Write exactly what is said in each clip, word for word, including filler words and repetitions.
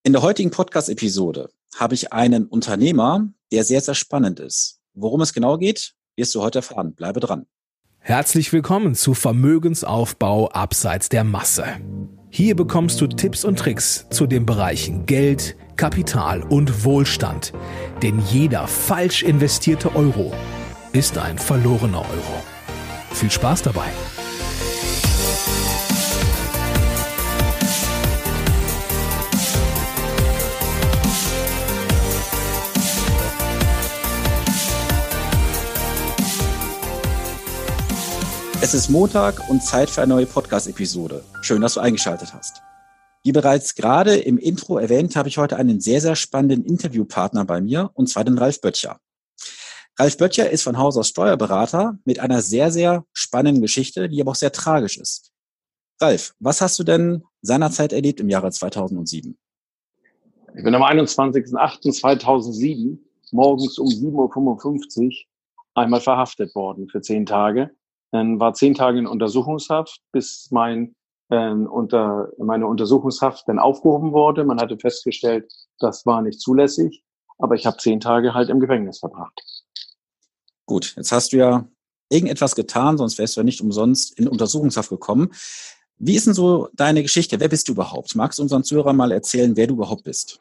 In der heutigen Podcast-Episode habe ich einen Unternehmer, der sehr, sehr spannend ist. Worum es genau geht, wirst du heute erfahren. Bleibe dran. Herzlich willkommen zu Vermögensaufbau abseits der Masse. Hier bekommst du Tipps und Tricks zu den Bereichen Geld, Kapital und Wohlstand. Denn jeder falsch investierte Euro ist ein verlorener Euro. Viel Spaß dabei! Es ist Montag und Zeit für eine neue Podcast-Episode. Schön, dass du eingeschaltet hast. Wie bereits gerade im Intro erwähnt, habe ich heute einen sehr, sehr spannenden Interviewpartner bei mir, und zwar den Ralf Böttcher. Ralf Böttcher ist von Haus aus Steuerberater mit einer sehr, sehr spannenden Geschichte, die aber auch sehr tragisch ist. Ralf, was hast du denn seinerzeit erlebt im Jahre zweitausendsieben? Ich bin am einundzwanzigsten achten zweitausendsieben morgens um sieben Uhr fünfundfünfzig einmal verhaftet worden für zehn Tage. Dann war zehn Tage in Untersuchungshaft, bis mein, äh, unter, meine Untersuchungshaft dann aufgehoben wurde. Man hatte festgestellt, das war nicht zulässig, aber ich habe zehn Tage halt im Gefängnis verbracht. Gut, jetzt hast du ja irgendetwas getan, sonst wärst du ja nicht umsonst in Untersuchungshaft gekommen. Wie ist denn so deine Geschichte? Wer bist du überhaupt? Magst du unseren Zuhörern mal erzählen, wer du überhaupt bist?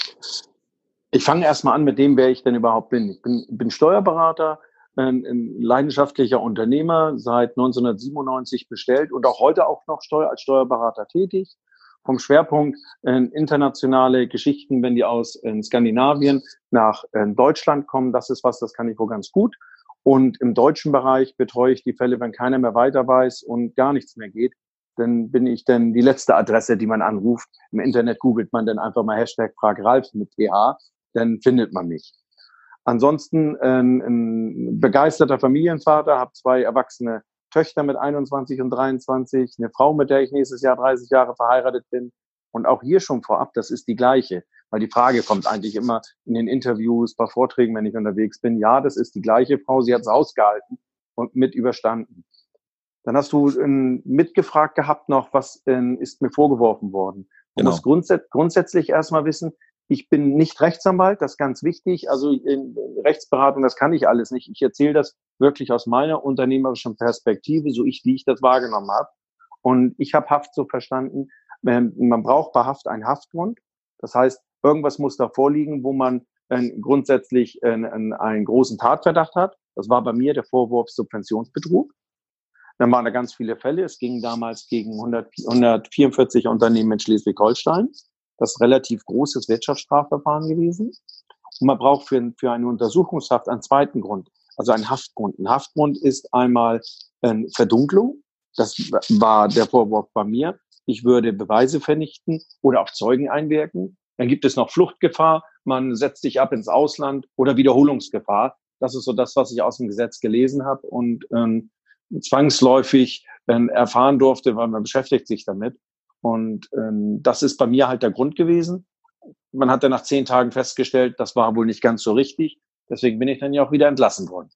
Ich fange erstmal an mit dem, wer ich denn überhaupt bin. Ich bin, bin Steuerberater, ein leidenschaftlicher Unternehmer, seit neunzehnhundertsiebenundneunzig bestellt und auch heute auch noch Steuer, als Steuerberater tätig. Vom Schwerpunkt äh, internationale Geschichten, wenn die aus äh, Skandinavien nach äh, Deutschland kommen, das ist was, das kann ich wohl ganz gut. Und im deutschen Bereich betreue ich die Fälle, wenn keiner mehr weiter weiß und gar nichts mehr geht. Dann bin ich dann die letzte Adresse, die man anruft. Im Internet googelt man dann einfach mal Hashtag Frag Ralf mit T H, dann findet man mich. Ansonsten äh, ein begeisterter Familienvater, habe zwei erwachsene Töchter mit einundzwanzig und dreiundzwanzig, eine Frau, mit der ich nächstes Jahr dreißig Jahre verheiratet bin. Und auch hier schon vorab, das ist die gleiche. Weil die Frage kommt eigentlich immer in den Interviews, bei Vorträgen, wenn ich unterwegs bin. Ja, das ist die gleiche Frau, sie hat es ausgehalten und mit überstanden. Dann hast du äh, mitgefragt gehabt noch, was äh, ist mir vorgeworfen worden. Man Genau. muss grundsätzlich, grundsätzlich erstmal wissen, ich bin nicht Rechtsanwalt, das ist ganz wichtig. Also in Rechtsberatung, das kann ich alles nicht. Ich erzähle das wirklich aus meiner unternehmerischen Perspektive, so ich, wie ich das wahrgenommen habe. Und ich habe Haft so verstanden, man braucht bei Haft einen Haftgrund. Das heißt, irgendwas muss da vorliegen, wo man äh, grundsätzlich äh, einen großen Tatverdacht hat. Das war bei mir der Vorwurf Subventionsbetrug. Dann waren da ganz viele Fälle. Es ging damals gegen hundertvierundvierzig Unternehmen in Schleswig-Holstein. Das ist ein relativ großes Wirtschaftsstrafverfahren gewesen. Und man braucht für, für eine Untersuchungshaft einen zweiten Grund, also einen Haftgrund. Ein Haftgrund ist einmal äh, Verdunklung. Das war der Vorwurf bei mir. Ich würde Beweise vernichten oder auf Zeugen einwirken. Dann gibt es noch Fluchtgefahr. Man setzt sich ab ins Ausland oder Wiederholungsgefahr. Das ist so das, was ich aus dem Gesetz gelesen habe und ähm, zwangsläufig äh, erfahren durfte, weil man beschäftigt sich damit. Und ähm, das ist bei mir halt der Grund gewesen. Man hat dann nach zehn Tagen festgestellt, das war wohl nicht ganz so richtig. Deswegen bin ich dann ja auch wieder entlassen worden.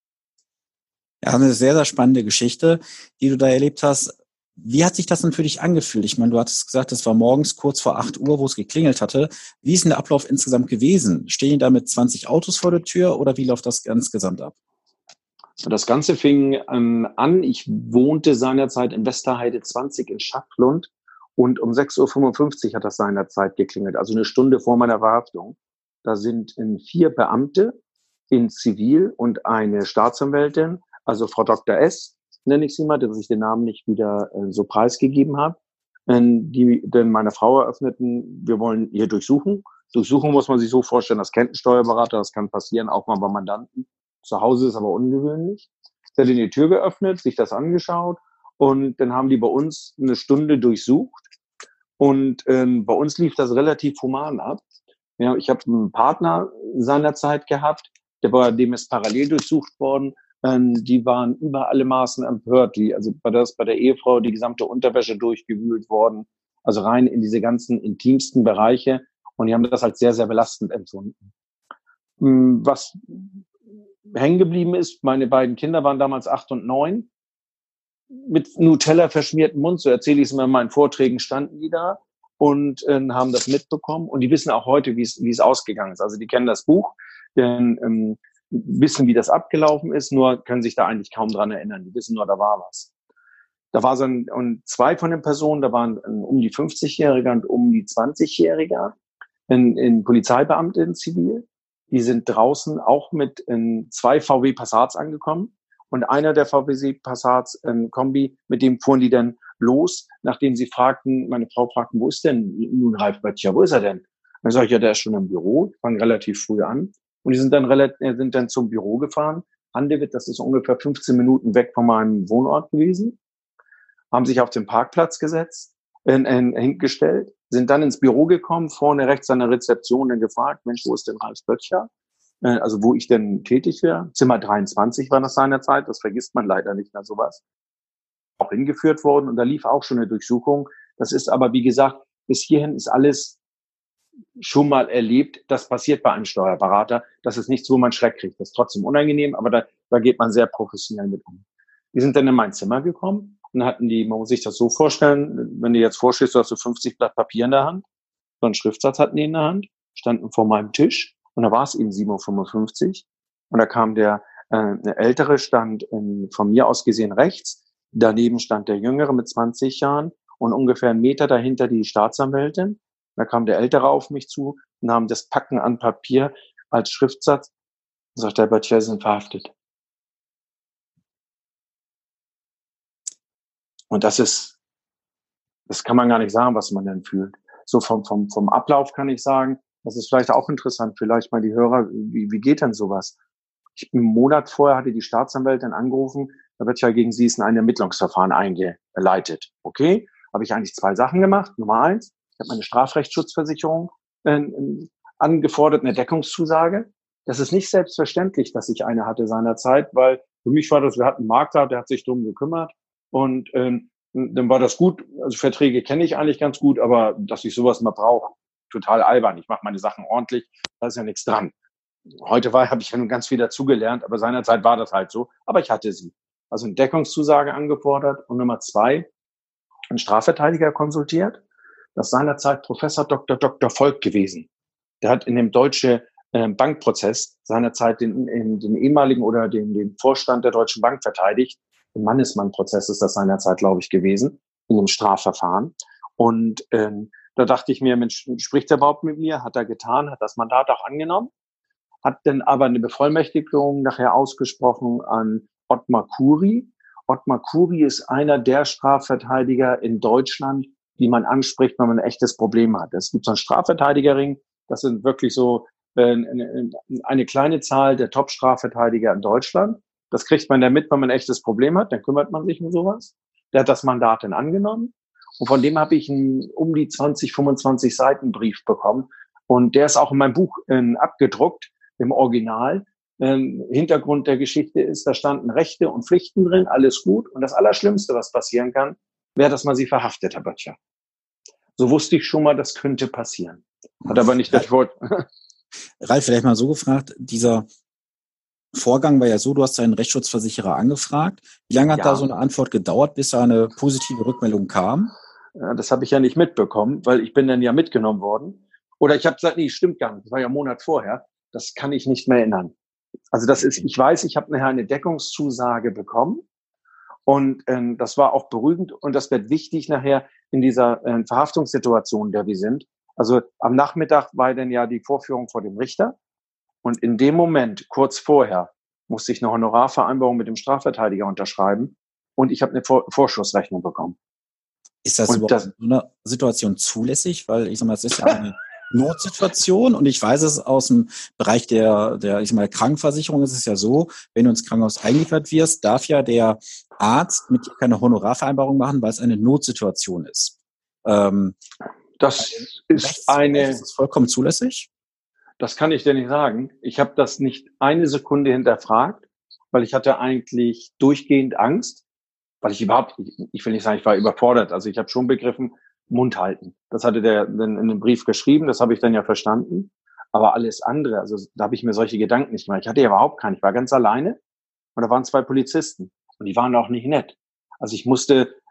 Ja, eine sehr, sehr spannende Geschichte, die du da erlebt hast. Wie hat sich das denn für dich angefühlt? Ich meine, du hattest gesagt, es war morgens kurz vor acht Uhr, wo es geklingelt hatte. Wie ist denn der Ablauf insgesamt gewesen? Stehen da mit zwanzig Autos vor der Tür oder wie läuft das insgesamt ab? Das Ganze fing ähm, an. Ich wohnte seinerzeit in Westerheide zwanzig in Schaflund. Und um sechs Uhr fünfundfünfzig hat das seinerzeit geklingelt, also eine Stunde vor meiner Verhaftung. Da sind vier Beamte in Zivil und eine Staatsanwältin, also Frau Doktor S., nenne ich sie mal, dass ich den Namen nicht wieder äh, so preisgegeben habe, äh, die dann meine Frau eröffneten, wir wollen hier durchsuchen. Durchsuchen muss man sich so vorstellen, das kennt ein Steuerberater, das kann passieren, auch mal bei Mandanten. Zu Hause ist aber ungewöhnlich. Sie hat die Tür geöffnet, sich das angeschaut. Und dann haben die bei uns eine Stunde durchsucht. Und ähm, bei uns lief das relativ human ab. Ja, ich habe einen Partner seinerzeit gehabt, der bei dem ist parallel durchsucht worden. Ähm, die waren über alle Maßen empört. Die, also bei, das, bei der Ehefrau die gesamte Unterwäsche durchgewühlt worden. Also rein in diese ganzen intimsten Bereiche. Und die haben das als sehr, sehr belastend empfunden. Was hängen geblieben ist, meine beiden Kinder waren damals acht und neun. Mit Nutella verschmierten Mund, so erzähle ich es immer in meinen Vorträgen, standen die da und äh, haben das mitbekommen. Und die wissen auch heute, wie es wie es ausgegangen ist. Also die kennen das Buch, denn, ähm, wissen, wie das abgelaufen ist, nur können sich da eigentlich kaum dran erinnern. Die wissen nur, da war was. Da war so ein, und zwei von den Personen, da waren ein, um die fünfzigjähriger und um die zwanzigjähriger, in, in Polizeibeamte in Zivil. Die sind draußen auch mit in zwei V W Passats angekommen. Und einer der V W Passats, ein Kombi, mit dem fuhren die dann los, nachdem sie fragten, meine Frau fragten, wo ist denn nun Ralf Böttcher, wo ist er denn? Dann sage ich, ja, der ist schon im Büro, fangen relativ früh an. Und die sind dann relativ, sind dann zum Büro gefahren. Handewitt, das ist ungefähr fünfzehn Minuten weg von meinem Wohnort gewesen, haben sich auf den Parkplatz gesetzt, äh, äh, hingestellt, sind dann ins Büro gekommen, vorne rechts an der Rezeption dann gefragt, Mensch, wo ist denn Ralf Böttcher? Äh, also wo ich denn tätig wäre. Zimmer dreiundzwanzig war das seinerzeit, das vergisst man leider nicht mehr sowas. Auch hingeführt worden und da lief auch schon eine Durchsuchung. Das ist aber, wie gesagt, bis hierhin ist alles schon mal erlebt. Das passiert bei einem Steuerberater. Das ist nichts, wo man Schreck kriegt. Das ist trotzdem unangenehm, aber da, da geht man sehr professionell mit um. Die sind dann in mein Zimmer gekommen und hatten die, man muss sich das so vorstellen, wenn du jetzt vorstellst, du hast so fünfzig Blatt Papier in der Hand, so einen Schriftsatz hatten die in der Hand, standen vor meinem Tisch und da war es eben sieben Uhr fünfundfünfzig und da kam der, äh, eine ältere stand in, von mir aus gesehen rechts, daneben stand der Jüngere mit zwanzig Jahren und ungefähr einen Meter dahinter die Staatsanwältin. Da kam der Ältere auf mich zu, nahm das Packen an Papier als Schriftsatz und sagte, Herr Böttcher, Sie sind verhaftet. Und das ist, das kann man gar nicht sagen, was man dann fühlt. So vom, vom, vom Ablauf kann ich sagen, das ist vielleicht auch interessant, vielleicht mal die Hörer, wie, wie geht denn sowas? Ich, einen Monat vorher hatte die Staatsanwältin angerufen, da wird ja gegen Sie ist ein Ermittlungsverfahren eingeleitet. Okay, habe ich eigentlich zwei Sachen gemacht. Nummer eins, ich habe meine Strafrechtsschutzversicherung äh, angefordert, eine Deckungszusage. Das ist nicht selbstverständlich, dass ich eine hatte seinerzeit, weil für mich war das, wir hatten einen Makler, der hat sich drum gekümmert und ähm, dann war das gut. Also Verträge kenne ich eigentlich ganz gut, aber dass ich sowas mal brauche, total albern. Ich mache meine Sachen ordentlich, da ist ja nichts dran. Heute war, habe ich ja nun ganz viel dazugelernt, aber seinerzeit war das halt so. Aber ich hatte sie. Also eine Deckungszusage angefordert und Nummer zwei, einen Strafverteidiger konsultiert. Das ist seinerzeit Professor Doktor Doktor Volk gewesen. Der hat in dem deutschen äh, Bankprozess seinerzeit den, den, den ehemaligen oder den, den Vorstand der Deutschen Bank verteidigt. Im Mannesmann-Prozess ist das seinerzeit, glaube ich, gewesen, in einem Strafverfahren. Und ähm, da dachte ich mir, Mensch, spricht er überhaupt mit mir? Hat er getan, hat das Mandat auch angenommen, hat dann aber eine Bevollmächtigung nachher ausgesprochen an Ottmar Kuri. Ottmar Kuri ist einer der Strafverteidiger in Deutschland, die man anspricht, wenn man ein echtes Problem hat. Es gibt so einen Strafverteidigerring, das sind wirklich so äh, eine, eine kleine Zahl der Top-Strafverteidiger in Deutschland. Das kriegt man dann mit, wenn man ein echtes Problem hat, dann kümmert man sich um sowas. Der hat das Mandat dann angenommen und von dem habe ich einen um die zwanzig, fünfundzwanzig Seiten Brief bekommen und der ist auch in meinem Buch äh, abgedruckt, im Original. Ähm, Hintergrund der Geschichte ist, da standen Rechte und Pflichten drin, alles gut und das Allerschlimmste, was passieren kann, wäre, dass man sie verhaftet, Herr Böttcher. So wusste ich schon mal, das könnte passieren. Hat aber nicht das Wort. Ralf, vielleicht mal so gefragt, dieser Vorgang war ja so, du hast deinen Rechtsschutzversicherer angefragt. Wie lange hat ja. da so eine Antwort gedauert, bis da eine positive Rückmeldung kam? Ja, das habe ich ja nicht mitbekommen, weil ich bin dann ja mitgenommen worden. Oder ich habe gesagt, nee, stimmt gar nicht, das war ja einen Monat vorher. Das kann ich nicht mehr erinnern. Also das ist, ich weiß, ich habe nachher eine Deckungszusage bekommen und ähm, das war auch beruhigend und das wird wichtig nachher in dieser äh, Verhaftungssituation, in der wir sind. Also am Nachmittag war dann ja die Vorführung vor dem Richter. Und in dem Moment, kurz vorher, musste ich eine Honorarvereinbarung mit dem Strafverteidiger unterschreiben und ich habe eine Vor- Vorschussrechnung bekommen. Ist das und überhaupt das, in so einer Situation zulässig? Weil ich sag mal, es ist ja eine Notsituation und ich weiß es aus dem Bereich der, der ich sag mal, Krankenversicherung ist es ja so, wenn du ins Krankenhaus eingeliefert wirst, darf ja der Arzt mit dir keine Honorarvereinbarung machen, weil es eine Notsituation ist. Ähm, das ist eine... Ist das vollkommen zulässig? Das kann ich dir nicht sagen. Ich habe das nicht eine Sekunde hinterfragt, weil ich hatte eigentlich durchgehend Angst, weil ich überhaupt, ich will nicht sagen, ich war überfordert. Also ich habe schon begriffen, Mund halten. Das hatte der in einem Brief geschrieben, das habe ich dann ja verstanden. Aber alles andere, also da habe ich mir solche Gedanken nicht gemacht. Ich hatte ja überhaupt keinen. Ich war ganz alleine und da waren zwei Polizisten und die waren auch nicht nett. Also ich musste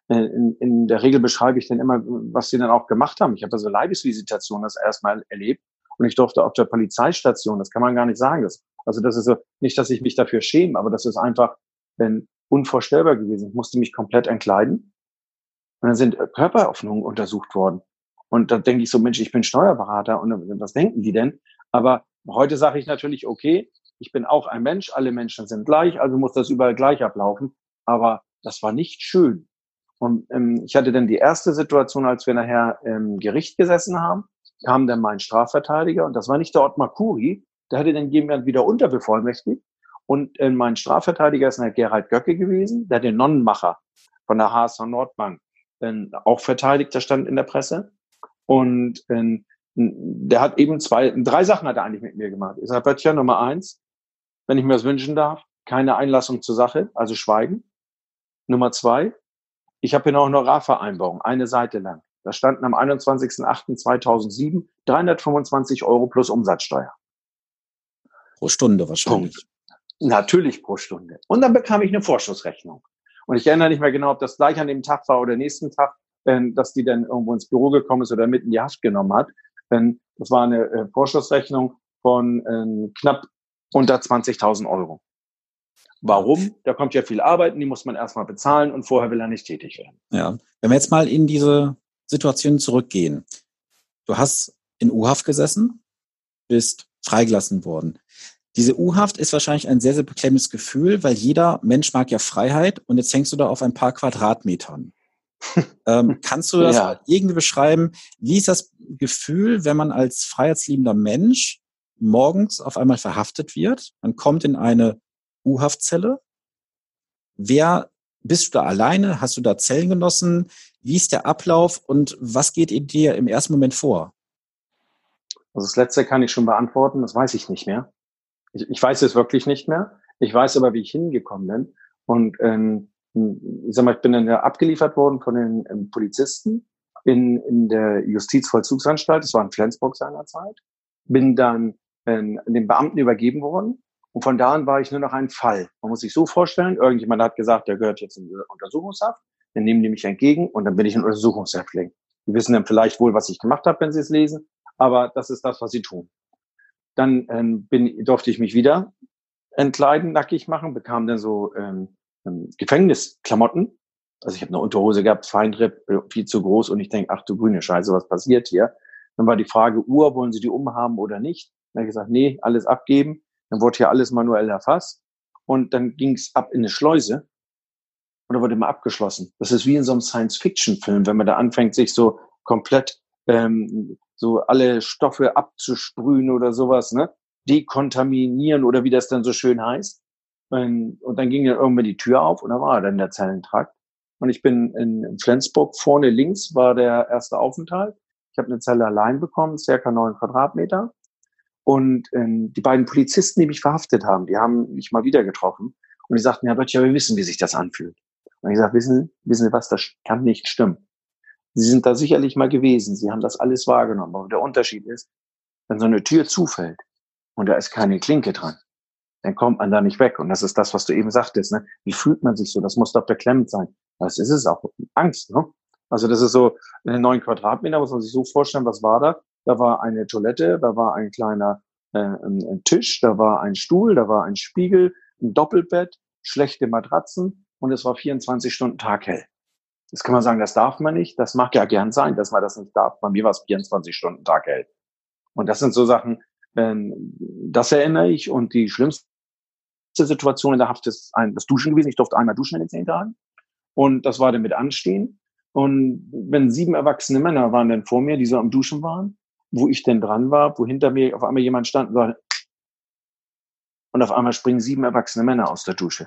in, in der Regel beschreibe ich dann immer, was sie dann auch gemacht haben. Ich habe also Leibesvisitation das erstmal erlebt und ich durfte auf der Polizeistation, das kann man gar nicht sagen. Das, also das ist so, nicht, dass ich mich dafür schäme, aber das ist einfach ähm, unvorstellbar gewesen. Ich musste mich komplett entkleiden und dann sind Körperöffnungen untersucht worden. Und da denke ich so, Mensch, ich bin Steuerberater und was denken die denn? Aber heute sage ich natürlich, okay, ich bin auch ein Mensch, alle Menschen sind gleich, also muss das überall gleich ablaufen. Aber das war nicht schön. Und ähm, ich hatte dann die erste Situation, als wir nachher im Gericht gesessen haben, kam dann mein Strafverteidiger und das war nicht der Ottmar Kuri, der hatte dann jemand wieder unterbevollmächtigt. Und äh, mein Strafverteidiger ist dann Gerald Göcke gewesen, der den Nonnenmacher von der H S V Nordbank äh, auch verteidigt, der stand in der Presse. Und äh, der hat eben zwei, drei Sachen hat er eigentlich mit mir gemacht. Ich sage, Böttcher, Nummer eins, wenn ich mir das wünschen darf, keine Einlassung zur Sache, also schweigen. Nummer zwei, ich habe hier noch eine Honorarvereinbarung, eine Seite lang. Da standen am einundzwanzigsten achten zweitausendsieben dreihundertfünfundzwanzig Euro plus Umsatzsteuer. Pro Stunde wahrscheinlich. Punkt. Natürlich pro Stunde. Und dann bekam ich eine Vorschussrechnung. Und ich erinnere nicht mehr genau, ob das gleich an dem Tag war oder nächsten Tag, äh, dass die dann irgendwo ins Büro gekommen ist oder mit in die Haft genommen hat. Denn das war eine äh, Vorschussrechnung von äh, knapp unter zwanzigtausend Euro. Warum? Da kommt ja viel Arbeit und die muss man erstmal bezahlen und vorher will er nicht tätig werden. Ja, wenn wir jetzt mal in diese Situation zurückgehen. Du hast in U-Haft gesessen, bist freigelassen worden. Diese U-Haft ist wahrscheinlich ein sehr, sehr beklemmendes Gefühl, weil jeder Mensch mag ja Freiheit und jetzt hängst du da auf ein paar Quadratmetern. ähm, kannst du das Ja. irgendwie beschreiben? Wie ist das Gefühl, wenn man als freiheitsliebender Mensch morgens auf einmal verhaftet wird? Man kommt in eine U-Haftzelle. Wer bist du da alleine? Hast du da Zellengenossen? Wie ist der Ablauf und was geht in dir im ersten Moment vor? Also das Letzte kann ich schon beantworten, das weiß ich nicht mehr. Ich, ich weiß es wirklich nicht mehr. Ich weiß aber, wie ich hingekommen bin. Und ähm, ich sag mal, ich bin dann ja abgeliefert worden von den ähm, Polizisten in, in der Justizvollzugsanstalt. Das war in Flensburg seinerzeit. Bin dann ähm, den Beamten übergeben worden. Und von da an war ich nur noch ein Fall. Man muss sich so vorstellen, irgendjemand hat gesagt, der gehört jetzt in die Untersuchungshaft. Dann nehmen die mich entgegen und dann bin ich ein Untersuchungshäftling. Die wissen dann vielleicht wohl, was ich gemacht habe, wenn sie es lesen. Aber das ist das, was sie tun. Dann ähm, bin, durfte ich mich wieder entkleiden, nackig machen, bekam dann so ähm, Gefängnisklamotten. Also ich habe eine Unterhose gehabt, Feinripp, viel zu groß und ich denke, ach du grüne Scheiße, was passiert hier? Dann war die Frage, Uhr, wollen Sie die umhaben oder nicht? Dann habe ich gesagt, nee, alles abgeben. Dann wurde hier alles manuell erfasst und dann ging es ab in eine Schleuse und da wurde immer abgeschlossen. Das ist wie in so einem Science-Fiction-Film, wenn man da anfängt, sich so komplett ähm, so alle Stoffe abzusprühen oder sowas, ne? Dekontaminieren oder wie das dann so schön heißt. Und, und dann ging dann irgendwann die Tür auf und da war dann der Zellentrakt. Und ich bin in Flensburg, vorne links war der erste Aufenthalt. Ich habe eine Zelle allein bekommen, circa neun Quadratmeter. Und ähm, die beiden Polizisten, die mich verhaftet haben, die haben mich mal wieder getroffen. Und die sagten, Herr Böttcher, wir wissen, wie sich das anfühlt. Und ich sage, wissen, wissen Sie was, das kann nicht stimmen. Sie sind da sicherlich mal gewesen, Sie haben das alles wahrgenommen. Aber der Unterschied ist, wenn so eine Tür zufällt und da ist keine Klinke dran, dann kommt man da nicht weg. Und das ist das, was du eben sagtest, ne? Wie fühlt man sich so? Das muss doch beklemmend sein. Das ist es auch. Angst, ne? Also das ist so, in den neun Quadratmeter muss man sich so vorstellen, was war da? Da war eine Toilette, da war ein kleiner äh, ein, ein Tisch, da war ein Stuhl, da war ein Spiegel, ein Doppelbett, schlechte Matratzen und es war vierundzwanzig Stunden taghell. Das kann man sagen, das darf man nicht. Das mag ja gern sein, dass man das nicht darf. Bei mir war es vierundzwanzig Stunden taghell. Und das sind so Sachen, ähm, das erinnere ich. Und die schlimmste Situation in der Haft ist ein, das Duschen gewesen. Ich durfte einmal duschen in den zehn Tagen. Und das war dann mit Anstehen. Und wenn sieben erwachsene Männer waren dann vor mir, die so am Duschen waren, wo ich denn dran war, wo hinter mir auf einmal jemand stand und sagte, und auf einmal springen sieben erwachsene Männer aus der Dusche.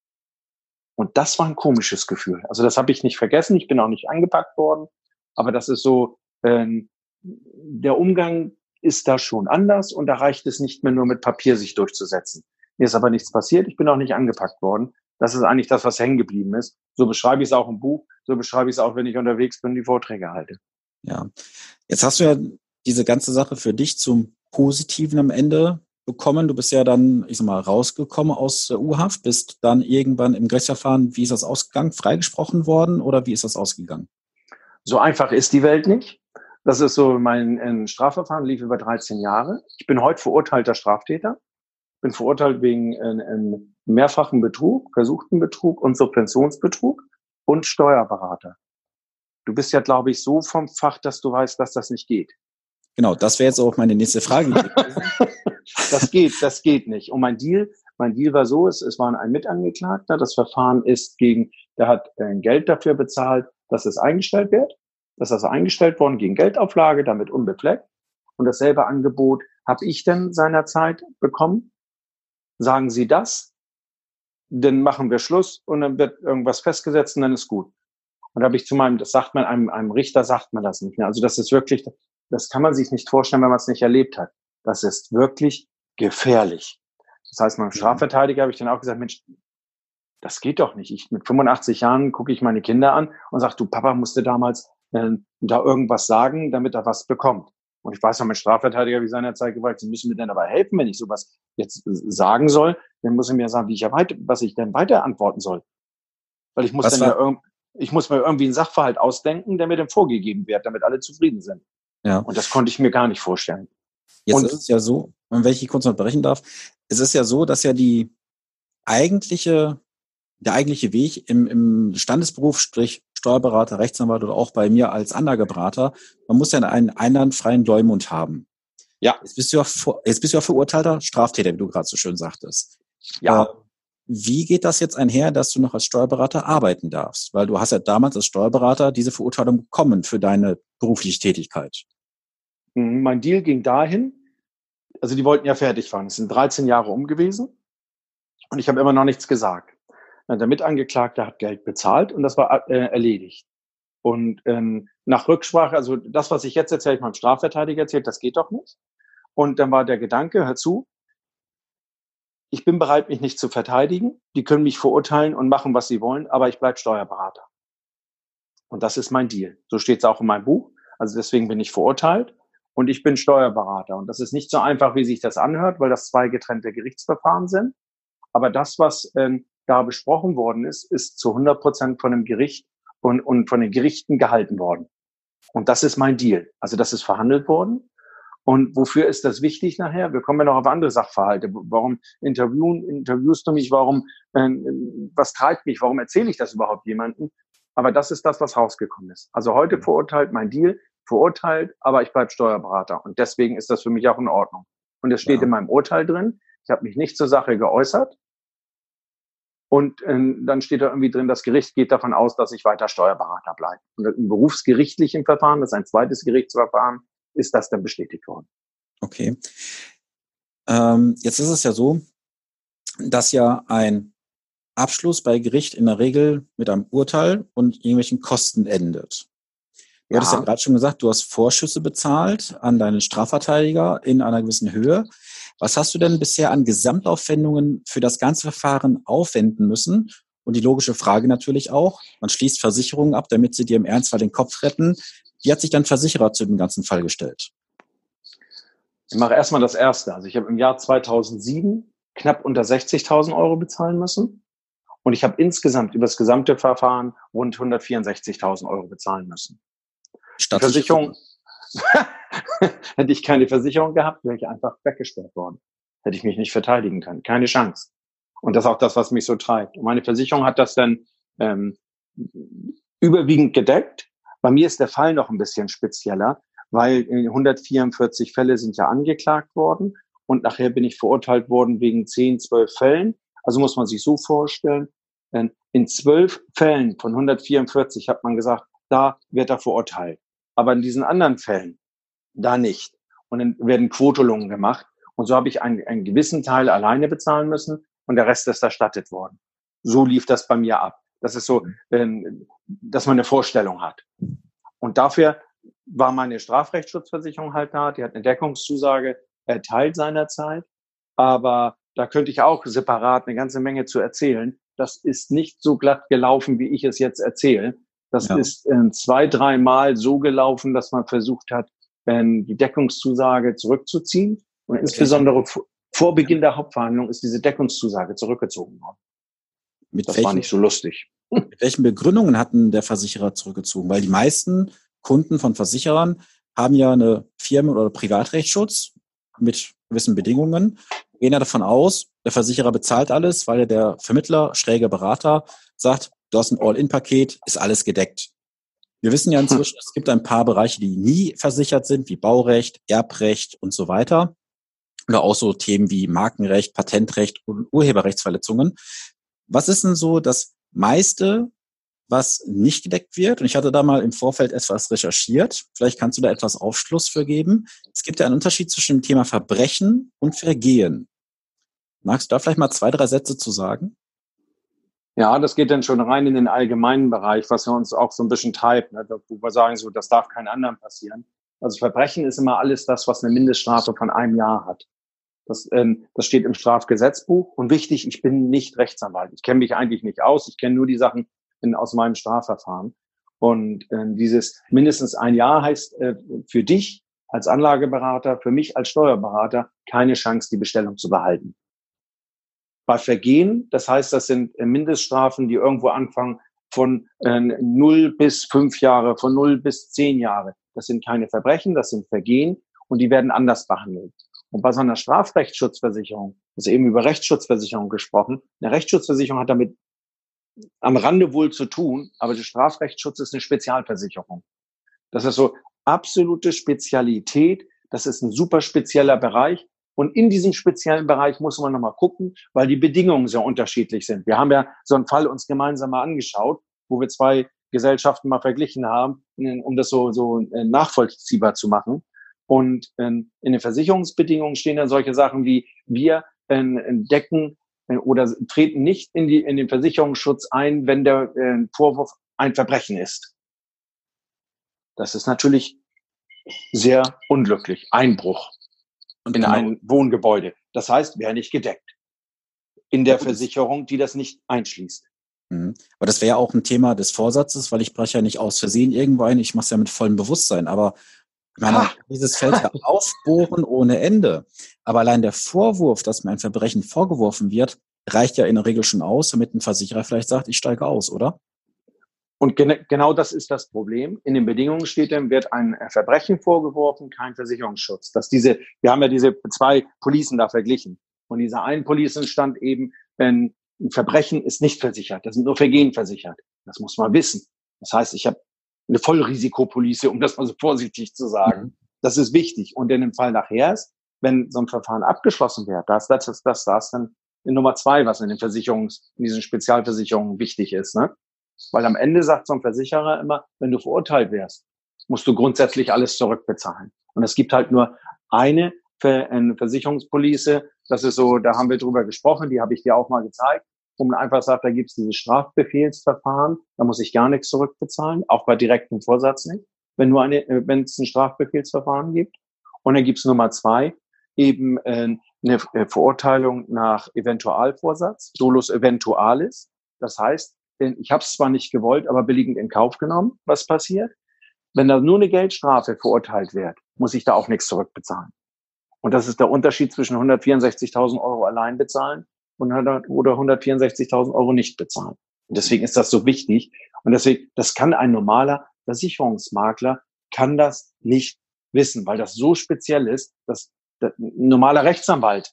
Und das war ein komisches Gefühl. Also das habe ich nicht vergessen. Ich bin auch nicht angepackt worden. Aber das ist so, ähm, der Umgang ist da schon anders und da reicht es nicht mehr nur mit Papier sich durchzusetzen. Mir ist aber nichts passiert. Ich bin auch nicht angepackt worden. Das ist eigentlich das, was hängen geblieben ist. So beschreibe ich es auch im Buch. So beschreibe ich es auch, wenn ich unterwegs bin und die Vorträge halte. Ja. Jetzt hast du ja diese ganze Sache für dich zum Positiven am Ende bekommen? Du bist ja dann, ich sag mal, rausgekommen aus der U-Haft, bist dann irgendwann im Gerichtsverfahren, wie ist das ausgegangen, freigesprochen worden oder wie ist das ausgegangen? So einfach ist die Welt nicht. Das ist so, mein ein Strafverfahren lief über dreizehn Jahre. Ich bin heute verurteilter Straftäter. Bin verurteilt wegen äh, äh, mehrfachen Betrug, versuchten Betrug und Subventionsbetrug und Steuerberater. Du bist ja, glaube ich, so vom Fach, dass du weißt, dass das nicht geht. Genau, das wäre jetzt auch meine nächste Frage. Das geht, das geht nicht. Und mein Deal, mein Deal war so, es, es war ein Mitangeklagter. Das Verfahren ist gegen, der hat äh, Geld dafür bezahlt, dass es eingestellt wird. Das ist also eingestellt worden gegen Geldauflage, damit unbefleckt. Und dasselbe Angebot habe ich dann seinerzeit bekommen. Sagen Sie das, dann machen wir Schluss und dann wird irgendwas festgesetzt und dann ist gut. Und da habe ich zu meinem, das sagt man, einem, einem Richter sagt man das nicht mehr. Also das ist wirklich, das kann man sich nicht vorstellen, wenn man es nicht erlebt hat. Das ist wirklich gefährlich. Das heißt, meinem Strafverteidiger habe ich dann auch gesagt, Mensch, das geht doch nicht. Ich mit fünfundachtzig Jahren gucke ich meine Kinder an und sage, du Papa musste damals äh, da irgendwas sagen, damit er was bekommt. Und ich weiß noch, mein Strafverteidiger habe ich seinerzeit gefragt, Sie müssen mir denn dabei helfen, wenn ich sowas jetzt sagen soll, dann muss er mir sagen, wie ich ja weiter, was ich denn weiter antworten soll. Weil ich muss Was dann war, ja irgendwie, ich muss mir irgendwie einen Sachverhalt ausdenken, der mir dann vorgegeben wird, damit alle zufrieden sind. ja. Und das konnte ich mir gar nicht vorstellen. Jetzt Und ist es ja so, wenn ich kurz noch brechen darf, es ist ja so, dass ja die eigentliche, der eigentliche Weg im, im Standesberuf, sprich Steuerberater, Rechtsanwalt oder auch bei mir als Anlageberater, man muss ja einen einwandfreien Leumund haben. ja, Jetzt bist du ja, vor, jetzt bist du ja verurteilter Straftäter, wie du gerade so schön sagtest. ja. Äh, wie geht das jetzt einher, dass du noch als Steuerberater arbeiten darfst? Weil du hast ja damals als Steuerberater diese Verurteilung bekommen für deine berufliche Tätigkeit. Mein Deal ging dahin, also die wollten ja fertig fahren. Es sind dreizehn Jahre um gewesen und ich habe immer noch nichts gesagt. Der Mitangeklagte hat Geld bezahlt und das war äh, erledigt. Und ähm, nach Rücksprache, also das, was ich jetzt erzähle, ich meinem Strafverteidiger erzählt, das geht doch nicht. Und dann war der Gedanke, hör zu, ich bin bereit, mich nicht zu verteidigen. Die können mich verurteilen und machen, was sie wollen, aber ich bleibe Steuerberater. Und das ist mein Deal. So steht es auch in meinem Buch. Also deswegen bin ich verurteilt und ich bin Steuerberater. Und das ist nicht so einfach, wie sich das anhört, weil das zwei getrennte Gerichtsverfahren sind. Aber das, was ähm, da besprochen worden ist, ist zu hundert Prozent von dem Gericht und, und von den Gerichten gehalten worden. Und das ist mein Deal. Also das ist verhandelt worden. Und wofür ist das wichtig nachher? Wir kommen ja noch auf andere Sachverhalte. Warum interviewen, interviewst du mich? Warum, äh, was treibt mich? Warum erzähle ich das überhaupt jemandem? Aber das ist das, was rausgekommen ist. Also heute verurteilt, mein Deal, verurteilt, aber ich bleibe Steuerberater. Und deswegen ist das für mich auch in Ordnung. Und es steht ja in meinem Urteil drin, ich habe mich nicht zur Sache geäußert. Und äh, dann steht da irgendwie drin, das Gericht geht davon aus, dass ich weiter Steuerberater bleibe. Und im berufsgerichtlichen Verfahren, das ist ein zweites Gerichtsverfahren, ist das dann bestätigt worden. Okay. Ähm, jetzt ist es ja so, dass ja ein Abschluss bei Gericht in der Regel mit einem Urteil und irgendwelchen Kosten endet. Du Ja. hattest ja gerade schon gesagt, du hast Vorschüsse bezahlt an deinen Strafverteidiger in einer gewissen Höhe. Was hast du denn bisher an Gesamtaufwendungen für das ganze Verfahren aufwenden müssen? Und die logische Frage natürlich auch, man schließt Versicherungen ab, damit sie dir im Ernstfall den Kopf retten. Wie hat sich dein Versicherer zu dem ganzen Fall gestellt? Ich mache erstmal das Erste. Also ich habe im Jahr zweitausendsieben knapp unter sechzigtausend Euro bezahlen müssen. Und ich habe insgesamt über das gesamte Verfahren rund hundertvierundsechzigtausend Euro bezahlen müssen. Versicherung, hätte ich keine Versicherung gehabt, wäre ich einfach weggesperrt worden. Hätte ich mich nicht verteidigen können. Keine Chance. Und das ist auch das, was mich so treibt. Und meine Versicherung hat das dann ähm, überwiegend gedeckt. Bei mir ist der Fall noch ein bisschen spezieller, weil hundertvierundvierzig Fälle sind ja angeklagt worden und nachher bin ich verurteilt worden wegen zehn, zwölf Fällen. Also muss man sich so vorstellen, in zwölf Fällen von hundertvierundvierzig hat man gesagt, da wird er verurteilt. Aber in diesen anderen Fällen, da nicht. Und dann werden Quotelungen gemacht. Und so habe ich einen, einen gewissen Teil alleine bezahlen müssen und der Rest ist erstattet worden. So lief das bei mir ab. Das ist so, ähm, dass man eine Vorstellung hat. Und dafür war meine Strafrechtsschutzversicherung halt da. Die hat eine Deckungszusage erteilt seinerzeit. Aber da könnte ich auch separat eine ganze Menge zu erzählen. Das ist nicht so glatt gelaufen, wie ich es jetzt erzähle. Das ja. ist äh, zwei, dreimal so gelaufen, dass man versucht hat, äh, die Deckungszusage zurückzuziehen. Und okay. insbesondere, Vor Beginn der Hauptverhandlung ist diese Deckungszusage zurückgezogen worden. Mit das welchen, war nicht so lustig. Mit welchen Begründungen hatten der Versicherer zurückgezogen? Weil die meisten Kunden von Versicherern haben ja eine Firmen- oder Privatrechtsschutz mit gewissen Bedingungen. Gehen ja davon aus, der Versicherer bezahlt alles, weil der Vermittler, schräger Berater, sagt, du hast ein All-In-Paket, ist alles gedeckt. Wir wissen ja inzwischen, es gibt ein paar Bereiche, die nie versichert sind, wie Baurecht, Erbrecht und so weiter. Oder auch so Themen wie Markenrecht, Patentrecht und Urheberrechtsverletzungen. Was ist denn so das meiste, was nicht gedeckt wird? Und ich hatte da mal im Vorfeld etwas recherchiert. Vielleicht kannst du da etwas Aufschluss für geben. Es gibt ja einen Unterschied zwischen dem Thema Verbrechen und Vergehen. Magst du da vielleicht mal zwei, drei Sätze zu sagen? Ja, das geht dann schon rein in den allgemeinen Bereich, was wir uns auch so ein bisschen treibt, ne? Wo wir sagen, so, das darf keinem anderen passieren. Also Verbrechen ist immer alles das, was eine Mindeststrafe von einem Jahr hat. Das, ähm, das steht im Strafgesetzbuch. Und wichtig, ich bin nicht Rechtsanwalt. Ich kenne mich eigentlich nicht aus. Ich kenne nur die Sachen in, aus meinem Strafverfahren. Und äh, dieses mindestens ein Jahr heißt äh, für dich als Anlageberater, für mich als Steuerberater keine Chance, die Bestellung zu behalten. Bei Vergehen, das heißt, das sind Mindeststrafen, die irgendwo anfangen von äh, null bis fünf Jahre, von null bis zehn Jahre. Das sind keine Verbrechen, das sind Vergehen und die werden anders behandelt. Und bei so einer Strafrechtsschutzversicherung, ist eben über Rechtsschutzversicherung gesprochen, eine Rechtsschutzversicherung hat damit am Rande wohl zu tun, aber der Strafrechtsschutz ist eine Spezialversicherung. Das ist so absolute Spezialität, das ist ein super spezieller Bereich. Und in diesem speziellen Bereich muss man nochmal gucken, weil die Bedingungen sehr unterschiedlich sind. Wir haben ja so einen Fall uns gemeinsam mal angeschaut, wo wir zwei Gesellschaften mal verglichen haben, um das so, so nachvollziehbar zu machen. Und in den Versicherungsbedingungen stehen dann solche Sachen wie, wir decken oder treten nicht in, die, in den Versicherungsschutz ein, wenn der Vorwurf ein Verbrechen ist. Das ist natürlich sehr unglücklich. Einbruch. Und in genau. ein Wohngebäude. Das heißt, wäre nicht gedeckt. In der Versicherung, die das nicht einschließt. Mhm. Aber das wäre ja auch ein Thema des Vorsatzes, weil ich breche ja nicht aus Versehen irgendwo ein, ich mache es ja mit vollem Bewusstsein. Aber ich meine, ah. dieses Feld ja aufbohren ohne Ende. Aber allein der Vorwurf, dass mir ein Verbrechen vorgeworfen wird, reicht ja in der Regel schon aus, damit ein Versicherer vielleicht sagt, ich steige aus, oder? Und gen- genau das ist das Problem. In den Bedingungen steht dann, wird ein Verbrechen vorgeworfen, kein Versicherungsschutz. Dass diese, wir haben ja diese zwei Policen da verglichen. Und dieser einen Policen stand eben, wenn ein Verbrechen ist nicht versichert. Das sind nur Vergehen versichert. Das muss man wissen. Das heißt, ich habe eine Vollrisikopolice, um das mal so vorsichtig zu sagen. Das ist wichtig. Und in dem Fall nachher ist, wenn so ein Verfahren abgeschlossen wird, das, das, das, das, das dann in Nummer zwei, was in den Versicherungs, in diesen Spezialversicherungen wichtig ist, ne? Weil am Ende sagt so ein Versicherer immer, wenn du verurteilt wärst, musst du grundsätzlich alles zurückbezahlen. Und es gibt halt nur eine Versicherungspolice, das ist so, da haben wir drüber gesprochen, die habe ich dir auch mal gezeigt, wo man einfach sagt, da gibt es dieses Strafbefehlsverfahren, da muss ich gar nichts zurückbezahlen, auch bei direktem Vorsatz nicht, wenn nur eine, wenn es ein Strafbefehlsverfahren gibt. Und dann gibt es Nummer zwei, eben äh, eine Verurteilung nach Eventualvorsatz, dolus eventualis. Das heißt, ich habe es zwar nicht gewollt, aber billigend in Kauf genommen, was passiert. Wenn da nur eine Geldstrafe verurteilt wird, muss ich da auch nichts zurückbezahlen. Und das ist der Unterschied zwischen hundertvierundsechzigtausend Euro allein bezahlen und oder hundertvierundsechzigtausend Euro nicht bezahlen. Und deswegen ist das so wichtig. Und deswegen, das kann ein normaler Versicherungsmakler, kann das nicht wissen, weil das so speziell ist, dass ein normaler Rechtsanwalt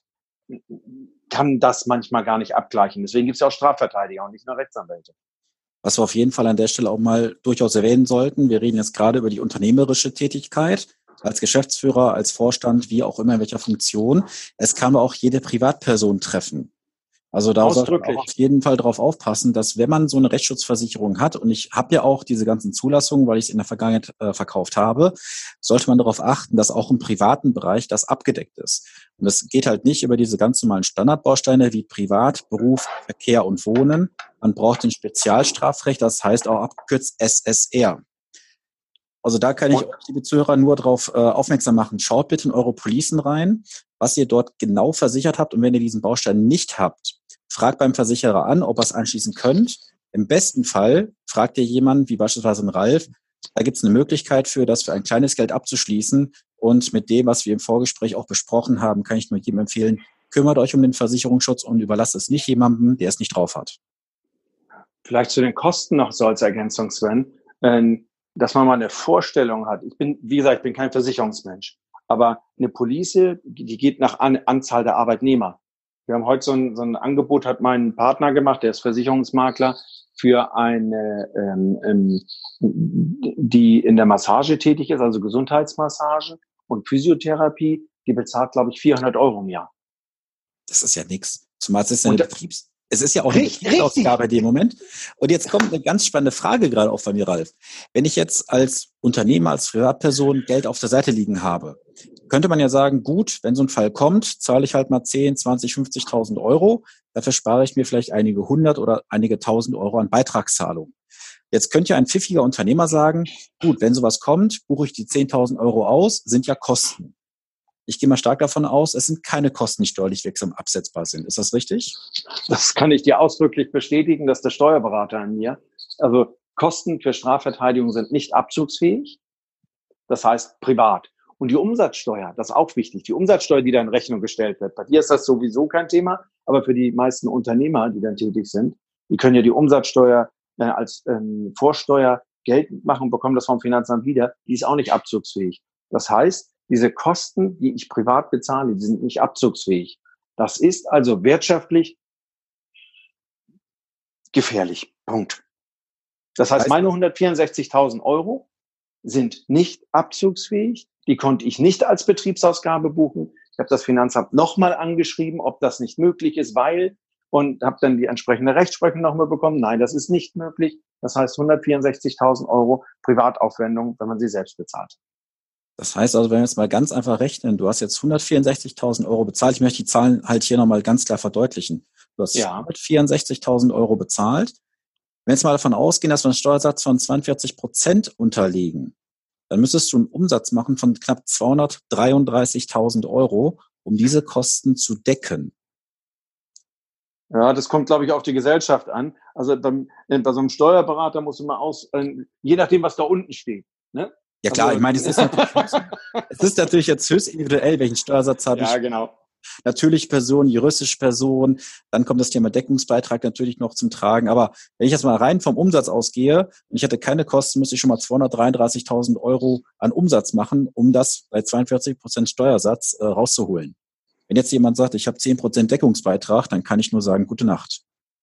kann das manchmal gar nicht abgleichen. Deswegen gibt es ja auch Strafverteidiger und nicht nur Rechtsanwälte. Was wir auf jeden Fall an der Stelle auch mal durchaus erwähnen sollten, wir reden jetzt gerade über die unternehmerische Tätigkeit, als Geschäftsführer, als Vorstand, wie auch immer, in welcher Funktion. Es kann aber auch jede Privatperson treffen. Also da sollte man auch auf jeden Fall drauf aufpassen, dass wenn man so eine Rechtsschutzversicherung hat, und ich habe ja auch diese ganzen Zulassungen, weil ich es in der Vergangenheit äh, verkauft habe, sollte man darauf achten, dass auch im privaten Bereich das abgedeckt ist. Und es geht halt nicht über diese ganz normalen Standardbausteine wie Privat, Beruf, Verkehr und Wohnen. Man braucht den Spezialstrafrecht, das heißt auch abgekürzt S S R. Also da kann ich auch die Zuhörer nur darauf äh, aufmerksam machen. Schaut bitte in eure Policen rein, was ihr dort genau versichert habt. Und wenn ihr diesen Baustein nicht habt, fragt beim Versicherer an, ob ihr es anschließen könnt. Im besten Fall fragt ihr jemanden, wie beispielsweise einen Ralf, da gibt es eine Möglichkeit für das für ein kleines Geld abzuschließen. Und mit dem, was wir im Vorgespräch auch besprochen haben, kann ich nur jedem empfehlen, kümmert euch um den Versicherungsschutz und überlasst es nicht jemandem, der es nicht drauf hat. Vielleicht zu den Kosten noch so als Ergänzung, Sven, ähm, dass man mal eine Vorstellung hat. Ich bin, wie gesagt, ich bin kein Versicherungsmensch, aber eine Police, die geht nach An- Anzahl der Arbeitnehmer. Wir haben heute so ein, so ein Angebot, hat mein Partner gemacht, der ist Versicherungsmakler, für eine, ähm, ähm, die in der Massage tätig ist, also Gesundheitsmassage und Physiotherapie, die bezahlt, glaube ich, vierhundert Euro im Jahr. Das ist ja nichts. Zumal es ist ja eine Und, Betriebs, es ist ja auch eine richtig, Betriebsausgabe in dem Moment. Und jetzt kommt eine ganz spannende Frage gerade auch von mir, Ralf. Wenn ich jetzt als Unternehmer, als Privatperson Geld auf der Seite liegen habe, könnte man ja sagen, gut, wenn so ein Fall kommt, zahle ich halt mal zehn, zwanzig, fünfzigtausend Euro. Dafür spare ich mir vielleicht einige hundert oder einige tausend Euro an Beitragszahlung. Jetzt könnte ja ein pfiffiger Unternehmer sagen, gut, wenn sowas kommt, buche ich die zehntausend Euro aus, sind ja Kosten. Ich gehe mal stark davon aus, es sind keine Kosten, die steuerlich wirksam absetzbar sind. Ist das richtig? Das kann ich dir ausdrücklich bestätigen, dass der Steuerberater an mir, also Kosten für Strafverteidigung sind nicht abzugsfähig. Das heißt privat. Und die Umsatzsteuer, das ist auch wichtig. Die Umsatzsteuer, die da in Rechnung gestellt wird. Bei dir ist das sowieso kein Thema, aber für die meisten Unternehmer, die dann tätig sind, die können ja die Umsatzsteuer äh, als ähm, Vorsteuer geltend machen und bekommen das vom Finanzamt wieder. Die ist auch nicht abzugsfähig. Das heißt, diese Kosten, die ich privat bezahle, die sind nicht abzugsfähig. Das ist also wirtschaftlich gefährlich. Punkt. Das heißt, meine hundertvierundsechzigtausend Euro sind nicht abzugsfähig. Die konnte ich nicht als Betriebsausgabe buchen. Ich habe das Finanzamt nochmal angeschrieben, ob das nicht möglich ist, weil, und habe dann die entsprechende Rechtsprechung nochmal bekommen. Nein, das ist nicht möglich. Das heißt hundertvierundsechzigtausend Euro Privataufwendung, wenn man sie selbst bezahlt. Das heißt also, wenn wir jetzt mal ganz einfach rechnen, du hast jetzt hundertvierundsechzigtausend Euro bezahlt. Ich möchte die Zahlen halt hier nochmal ganz klar verdeutlichen. Du hast ja. hundertvierundsechzigtausend Euro bezahlt. Wenn wir jetzt mal davon ausgehen, dass wir einen Steuersatz von zweiundvierzig Prozent unterliegen, dann müsstest du einen Umsatz machen von knapp zweihundertdreiunddreißigtausend Euro, um diese Kosten zu decken. Ja, das kommt, glaube ich, auf die Gesellschaft an. Also beim, bei so einem Steuerberater muss man aus, äh, je nachdem, was da unten steht. Ne? Ja klar, also, ich meine, es ist, natürlich, es ist natürlich jetzt höchst individuell, welchen Steuersatz habe ich. Ja, genau. Natürliche Person, juristische Person, dann kommt das Thema Deckungsbeitrag natürlich noch zum Tragen. Aber wenn ich jetzt mal rein vom Umsatz ausgehe und ich hätte keine Kosten, müsste ich schon mal zweihundertdreiunddreißigtausend Euro an Umsatz machen, um das bei zweiundvierzig Prozent Steuersatz äh, rauszuholen. Wenn jetzt jemand sagt, ich habe zehn Prozent Deckungsbeitrag, dann kann ich nur sagen, gute Nacht.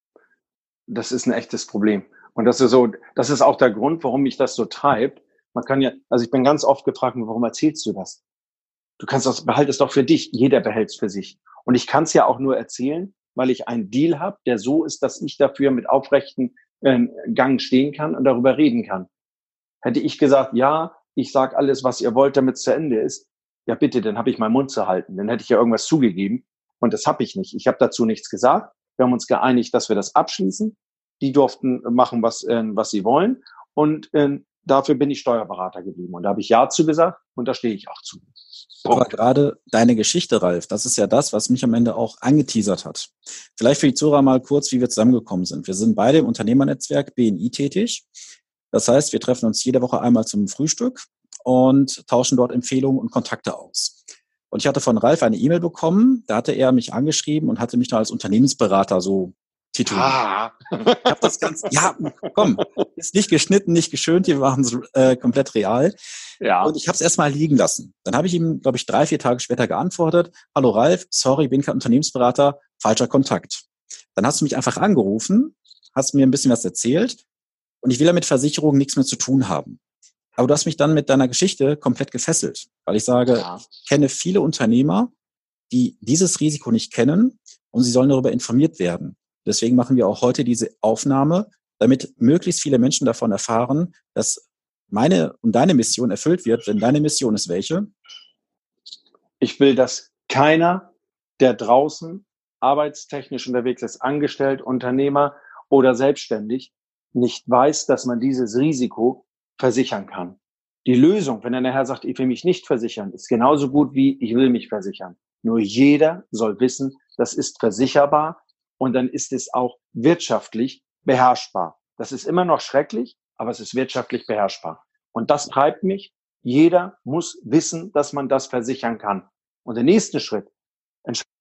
Das ist ein echtes Problem. Und das ist so, das ist auch der Grund, warum mich das so treibt. Man kann ja, also ich bin ganz oft gefragt, warum erzählst du das? Du kannst das, behalt es doch für dich. Jeder behält es für sich. Und ich kann es ja auch nur erzählen, weil ich einen Deal habe, der so ist, dass ich dafür mit aufrechten äh, Gang stehen kann und darüber reden kann. Hätte ich gesagt, ja, ich sage alles, was ihr wollt, damit es zu Ende ist, ja bitte, dann habe ich meinen Mund zu halten. Dann hätte ich ja irgendwas zugegeben. Und das habe ich nicht. Ich habe dazu nichts gesagt. Wir haben uns geeinigt, dass wir das abschließen. Die durften machen, was, äh, was sie wollen. Und äh, dafür bin ich Steuerberater geblieben. Und da habe ich Ja zu gesagt und da stehe ich auch zu. Aber gerade deine Geschichte, Ralf, das ist ja das, was mich am Ende auch angeteasert hat. Vielleicht für die Zuhörer mal kurz, wie wir zusammengekommen sind. Wir sind beide im Unternehmernetzwerk B N I tätig. Das heißt, wir treffen uns jede Woche einmal zum Frühstück und tauschen dort Empfehlungen und Kontakte aus. Und ich hatte von Ralf eine E-Mail bekommen, da hatte er mich angeschrieben und hatte mich da als Unternehmensberater so tituliert. Ah. Ich hab das Ganze, ja, komm, ist nicht geschnitten, nicht geschönt, wir machen es äh, komplett real. Ja. Und ich habe es erstmal liegen lassen. Dann habe ich ihm, glaube ich, drei, vier Tage später geantwortet, hallo Ralf, sorry, bin kein Unternehmensberater, falscher Kontakt. Dann hast du mich einfach angerufen, hast mir ein bisschen was erzählt und ich will ja mit Versicherungen nichts mehr zu tun haben. Aber du hast mich dann mit deiner Geschichte komplett gefesselt, weil ich sage, ja. Ich kenne viele Unternehmer, die dieses Risiko nicht kennen und sie sollen darüber informiert werden. Deswegen machen wir auch heute diese Aufnahme, damit möglichst viele Menschen davon erfahren, dass meine und deine Mission erfüllt wird. Denn deine Mission ist welche? Ich will, dass keiner, der draußen arbeitstechnisch unterwegs ist, angestellt, Unternehmer oder selbstständig, nicht weiß, dass man dieses Risiko versichern kann. Die Lösung, wenn er nachher sagt, ich will mich nicht versichern, ist genauso gut wie ich will mich versichern. Nur jeder soll wissen, das ist versicherbar und dann ist es auch wirtschaftlich beherrschbar. Das ist immer noch schrecklich, aber es ist wirtschaftlich beherrschbar. Und das treibt mich. Jeder muss wissen, dass man das versichern kann. Und der nächste Schritt,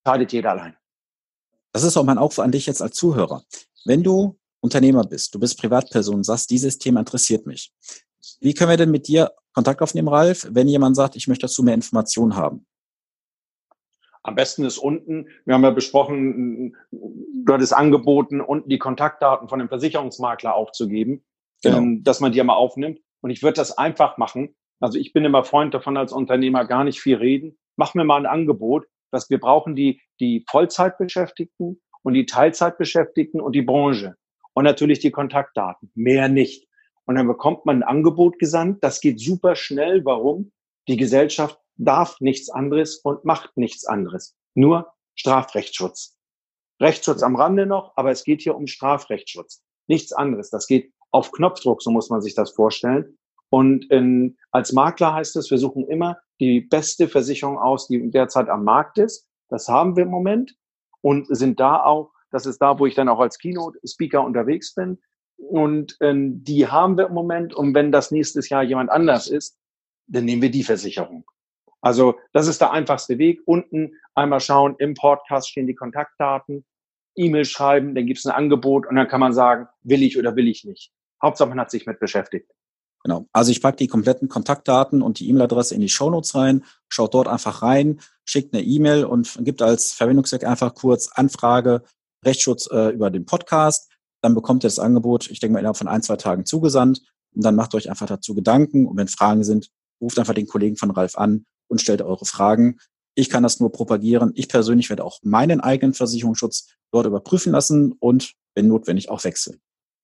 entscheidet jeder allein. Das ist auch mein Aufruf an dich jetzt als Zuhörer. Wenn du Unternehmer bist, du bist Privatperson, sagst, dieses Thema interessiert mich. Wie können wir denn mit dir Kontakt aufnehmen, Ralf, wenn jemand sagt, ich möchte dazu mehr Informationen haben? Am besten ist unten, wir haben ja besprochen, du hattest angeboten, unten die Kontaktdaten von dem Versicherungsmakler aufzugeben, genau. ähm, dass man die mal aufnimmt. Und ich würde das einfach machen. Also ich bin immer Freund davon, als Unternehmer gar nicht viel reden. Mach mir mal ein Angebot, dass wir brauchen die, die Vollzeitbeschäftigten und die Teilzeitbeschäftigten und die Branche. Und natürlich die Kontaktdaten. Mehr nicht. Und dann bekommt man ein Angebot gesandt. Das geht super schnell. Warum? Die Gesellschaft darf nichts anderes und macht nichts anderes. Nur Strafrechtsschutz. Rechtsschutz am Rande noch, aber es geht hier um Strafrechtsschutz. Nichts anderes. Das geht auf Knopfdruck, so muss man sich das vorstellen. Und in, als Makler heißt es, wir suchen immer die beste Versicherung aus, die derzeit am Markt ist. Das haben wir im Moment und sind da auch, das ist da, wo ich dann auch als Keynote-Speaker unterwegs bin. Und äh, die haben wir im Moment. Und wenn das nächstes Jahr jemand anders ist, dann nehmen wir die Versicherung. Also das ist der einfachste Weg. Unten einmal schauen, im Podcast stehen die Kontaktdaten, E-Mail schreiben, dann gibt es ein Angebot und dann kann man sagen, will ich oder will ich nicht. Hauptsache, man hat sich mit beschäftigt. Genau. Also ich packe die kompletten Kontaktdaten und die E-Mail-Adresse in die Shownotes rein, schaut dort einfach rein, schickt eine E-Mail und gibt als Verwendungszweck einfach kurz Anfrage, Rechtsschutz äh, über den Podcast. Dann bekommt ihr das Angebot, ich denke mal, innerhalb von ein, zwei Tagen zugesandt. Und dann macht euch einfach dazu Gedanken. Und wenn Fragen sind, ruft einfach den Kollegen von Ralf an und stellt eure Fragen. Ich kann das nur propagieren. Ich persönlich werde auch meinen eigenen Versicherungsschutz dort überprüfen lassen und, wenn notwendig, auch wechseln.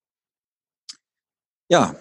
Ja,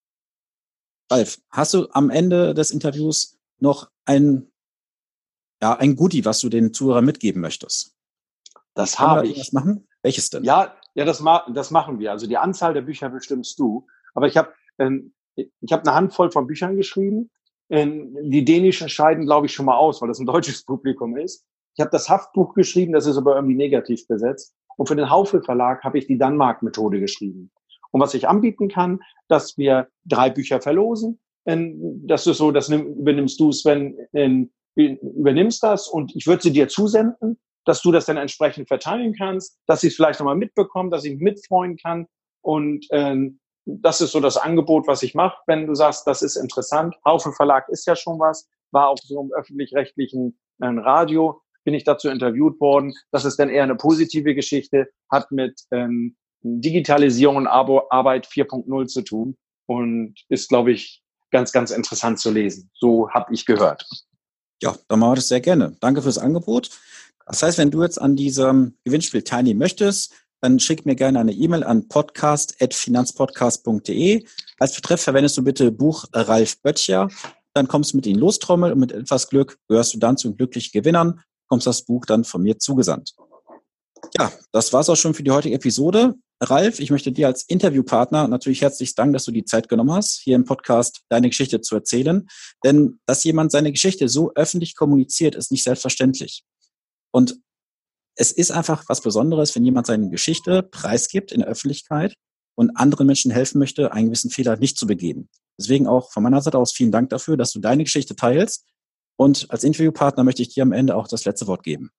Ralf, hast du am Ende des Interviews noch ein, ja, ein Goodie, was du den Zuhörern mitgeben möchtest? Das habe ich. Was machen? Welches denn? Ja, ja, das, ma- das machen wir. Also die Anzahl der Bücher bestimmst du. Aber ich habe ähm, ich habe eine Handvoll von Büchern geschrieben. Ähm, die dänischen scheiden, glaube ich, schon mal aus, weil das ein deutsches Publikum ist. Ich habe das Haftbuch geschrieben, das ist aber irgendwie negativ besetzt. Und für den Haufe Verlag habe ich die Danmark-Methode geschrieben. Und was ich anbieten kann, dass wir drei Bücher verlosen. Ähm, das ist so, das nimm, übernimmst du, Sven, ähm, übernimmst das und ich würde sie dir zusenden, dass du das dann entsprechend verteilen kannst, dass ich es vielleicht nochmal mitbekomme, dass ich mich mitfreuen kann. Und ähm, das ist so das Angebot, was ich mache, wenn du sagst, das ist interessant. Haufe Verlag ist ja schon was, war auch so im öffentlich-rechtlichen äh, Radio, bin ich dazu interviewt worden. Das ist dann eher eine positive Geschichte, hat mit ähm, Digitalisierung und Arbeit vier Punkt null zu tun und ist, glaube ich, ganz, ganz interessant zu lesen. So habe ich gehört. Ja, dann machen wir das sehr gerne. Danke fürs Angebot. Das heißt, wenn du jetzt an diesem Gewinnspiel teilnehmen möchtest, dann schick mir gerne eine E-Mail an podcast at finanzpodcast punkt de. Als Betreff verwendest du bitte Buch Ralf Böttcher. Dann kommst du mit in die Lostrommel und mit etwas Glück gehörst du dann zu den glücklichen Gewinnern, kommst das Buch dann von mir zugesandt. Ja, das war's auch schon für die heutige Episode. Ralf, ich möchte dir als Interviewpartner natürlich herzlich danken, dass du die Zeit genommen hast, hier im Podcast deine Geschichte zu erzählen. Denn dass jemand seine Geschichte so öffentlich kommuniziert, ist nicht selbstverständlich. Und es ist einfach was Besonderes, wenn jemand seine Geschichte preisgibt in der Öffentlichkeit und anderen Menschen helfen möchte, einen gewissen Fehler nicht zu begehen. Deswegen auch von meiner Seite aus vielen Dank dafür, dass du deine Geschichte teilst. Und als Interviewpartner möchte ich dir am Ende auch das letzte Wort geben.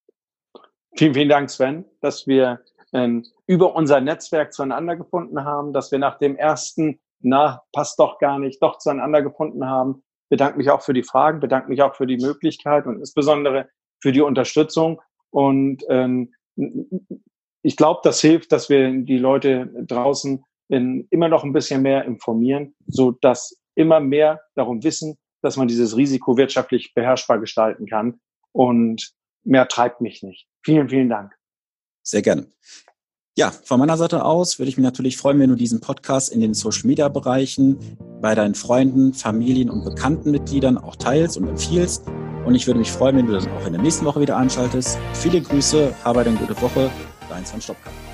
Vielen, vielen Dank, Sven, dass wir ähm, über unser Netzwerk zueinander gefunden haben, dass wir nach dem ersten, na, passt doch gar nicht, doch zueinander gefunden haben. Bedanke mich auch für die Fragen, bedanke mich auch für die Möglichkeit und insbesondere für die Unterstützung. Und ähm, ich glaube, das hilft, dass wir die Leute draußen in, immer noch ein bisschen mehr informieren, so dass immer mehr darum wissen, dass man dieses Risiko wirtschaftlich beherrschbar gestalten kann. Und mehr treibt mich nicht. Vielen, vielen Dank. Sehr gerne. Ja, von meiner Seite aus würde ich mich natürlich freuen, wenn du diesen Podcast in den Social-Media-Bereichen bei deinen Freunden, Familien und Bekanntenmitgliedern auch teilst und empfiehlst. Und ich würde mich freuen, wenn du das auch in der nächsten Woche wieder einschaltest. Viele Grüße, habe eine gute Woche. Dein Sven Stopka.